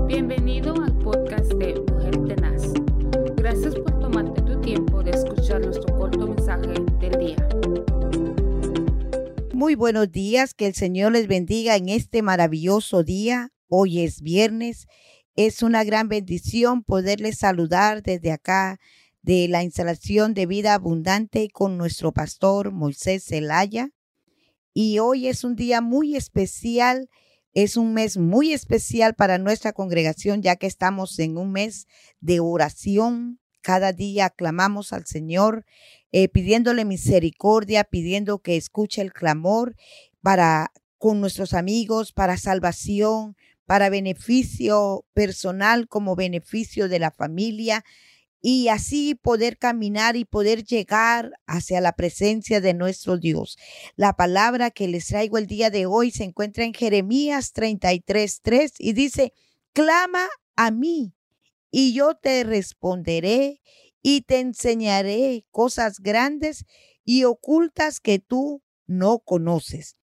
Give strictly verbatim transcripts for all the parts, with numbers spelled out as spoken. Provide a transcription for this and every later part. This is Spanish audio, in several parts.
Bienvenido al podcast de Mujer Tenaz. Gracias por tomarte tu tiempo de escuchar nuestro corto mensaje del día. Muy buenos días, que el Señor les bendiga en este maravilloso día. Hoy es viernes. Es una gran bendición poderles saludar desde acá de la instalación de Vida Abundante con nuestro pastor Moisés Zelaya. Y hoy es un día muy especial. Es un mes muy especial para nuestra congregación, ya que estamos en un mes de oración. Cada día clamamos al Señor, eh, pidiéndole misericordia, pidiendo que escuche el clamor para con nuestros amigos, para salvación, para beneficio personal como beneficio de la familia. Y así poder caminar y poder llegar hacia la presencia de nuestro Dios. La palabra que les traigo el día de hoy se encuentra en Jeremías treinta y tres, tres y dice: clama a mí y yo te responderé y te enseñaré cosas grandes y ocultas que tú no conoces.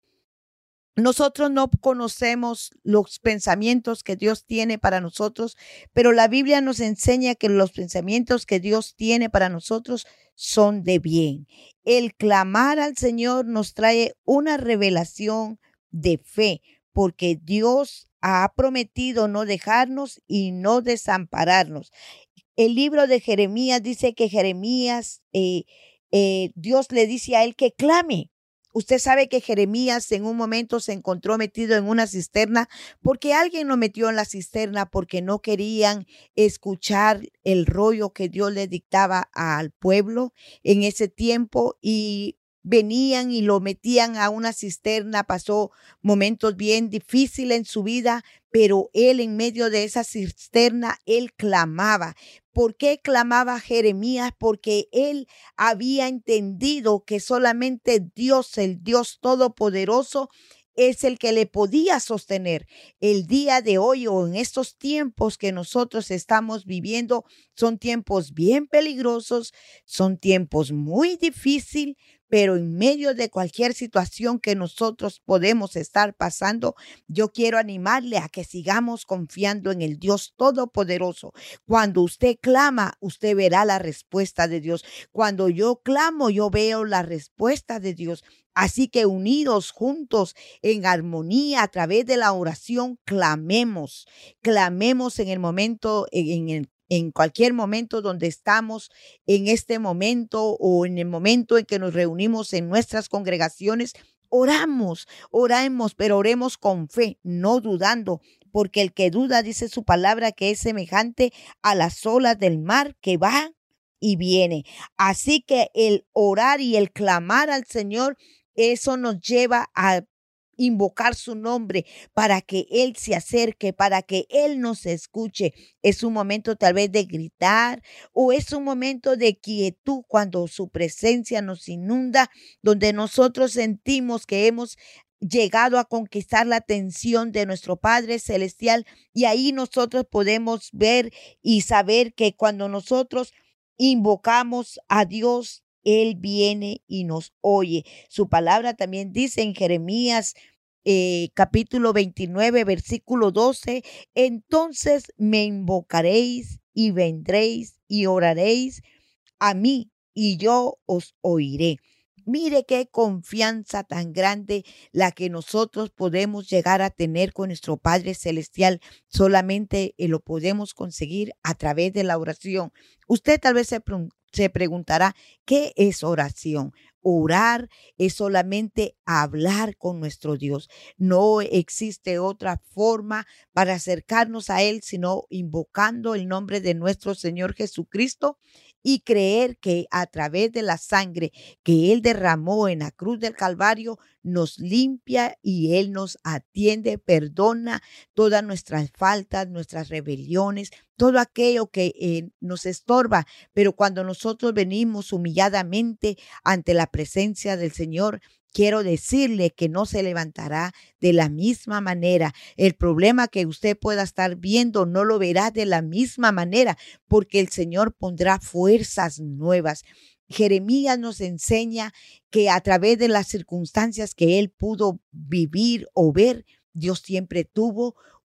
Nosotros no conocemos los pensamientos que Dios tiene para nosotros, pero la Biblia nos enseña que los pensamientos que Dios tiene para nosotros son de bien. El clamar al Señor nos trae una revelación de fe, porque Dios ha prometido no dejarnos y no desampararnos. El libro de Jeremías dice que Jeremías, eh, eh, Dios le dice a él que clame. Usted sabe que Jeremías en un momento se encontró metido en una cisterna porque alguien lo metió en la cisterna porque no querían escuchar el rollo que Dios le dictaba al pueblo en ese tiempo y venían y lo metían a una cisterna. Pasó momentos bien difíciles en su vida, pero él en medio de esa cisterna, él clamaba. ¿Por qué clamaba Jeremías? Porque él había entendido que solamente Dios, el Dios Todopoderoso, es el que le podía sostener. El día de hoy o en estos tiempos que nosotros estamos viviendo son tiempos bien peligrosos, son tiempos muy difíciles, pero en medio de cualquier situación que nosotros podemos estar pasando, yo quiero animarle a que sigamos confiando en el Dios Todopoderoso. Cuando usted clama, usted verá la respuesta de Dios. Cuando yo clamo, yo veo la respuesta de Dios. Así que unidos juntos en armonía a través de la oración, clamemos, clamemos en el momento, en el En cualquier momento donde estamos, en este momento o en el momento en que nos reunimos en nuestras congregaciones, oramos, oramos, pero oremos con fe, no dudando, porque el que duda, dice su palabra, que es semejante a las olas del mar que va y viene. Así que el orar y el clamar al Señor, eso nos lleva a invocar su nombre para que Él se acerque, para que Él nos escuche. Es un momento tal vez de gritar o es un momento de quietud cuando su presencia nos inunda, donde nosotros sentimos que hemos llegado a conquistar la atención de nuestro Padre Celestial, y ahí nosotros podemos ver y saber que cuando nosotros invocamos a Dios, Él viene y nos oye. Su palabra también dice en Jeremías eh, capítulo veintinueve, versículo doce, entonces me invocaréis y vendréis y oraréis a mí y yo os oiré. Mire qué confianza tan grande la que nosotros podemos llegar a tener con nuestro Padre Celestial. Solamente lo podemos conseguir a través de la oración. Usted tal vez se, pre- se preguntará, ¿qué es oración? Orar es solamente hablar con nuestro Dios. No existe otra forma para acercarnos a Él sino invocando el nombre de nuestro Señor Jesucristo y creer que a través de la sangre que Él derramó en la cruz del Calvario nos limpia y Él nos atiende, perdona todas nuestras faltas, nuestras rebeliones, todo aquello que eh, nos estorba. Pero cuando nosotros venimos humilladamente ante la presencia del Señor, quiero decirle que no se levantará de la misma manera. El problema que usted pueda estar viendo no lo verá de la misma manera, porque el Señor pondrá fuerzas nuevas. Jeremías nos enseña que a través de las circunstancias que él pudo vivir o ver, Dios siempre tuvo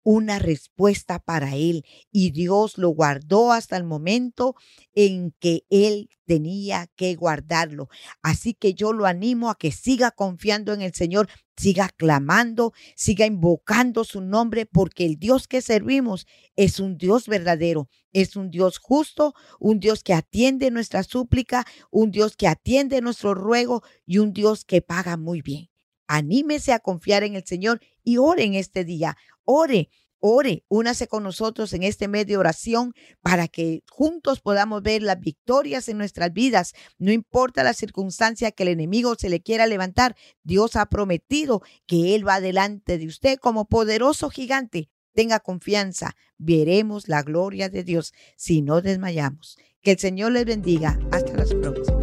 una respuesta para él y Dios lo guardó hasta el momento en que él tenía que guardarlo. Así que yo lo animo a que siga confiando en el Señor, siga clamando, siga invocando su nombre, porque el Dios que servimos es un Dios verdadero, es un Dios justo, un Dios que atiende nuestra súplica, un Dios que atiende nuestro ruego y un Dios que paga muy bien. Anímese a confiar en el Señor y ore en este día. Ore, ore, únase con nosotros en este mes de oración para que juntos podamos ver las victorias en nuestras vidas. No importa la circunstancia que el enemigo se le quiera levantar, Dios ha prometido que Él va delante de usted como poderoso gigante. Tenga confianza, veremos la gloria de Dios si no desmayamos. Que el Señor les bendiga. Hasta las próximas.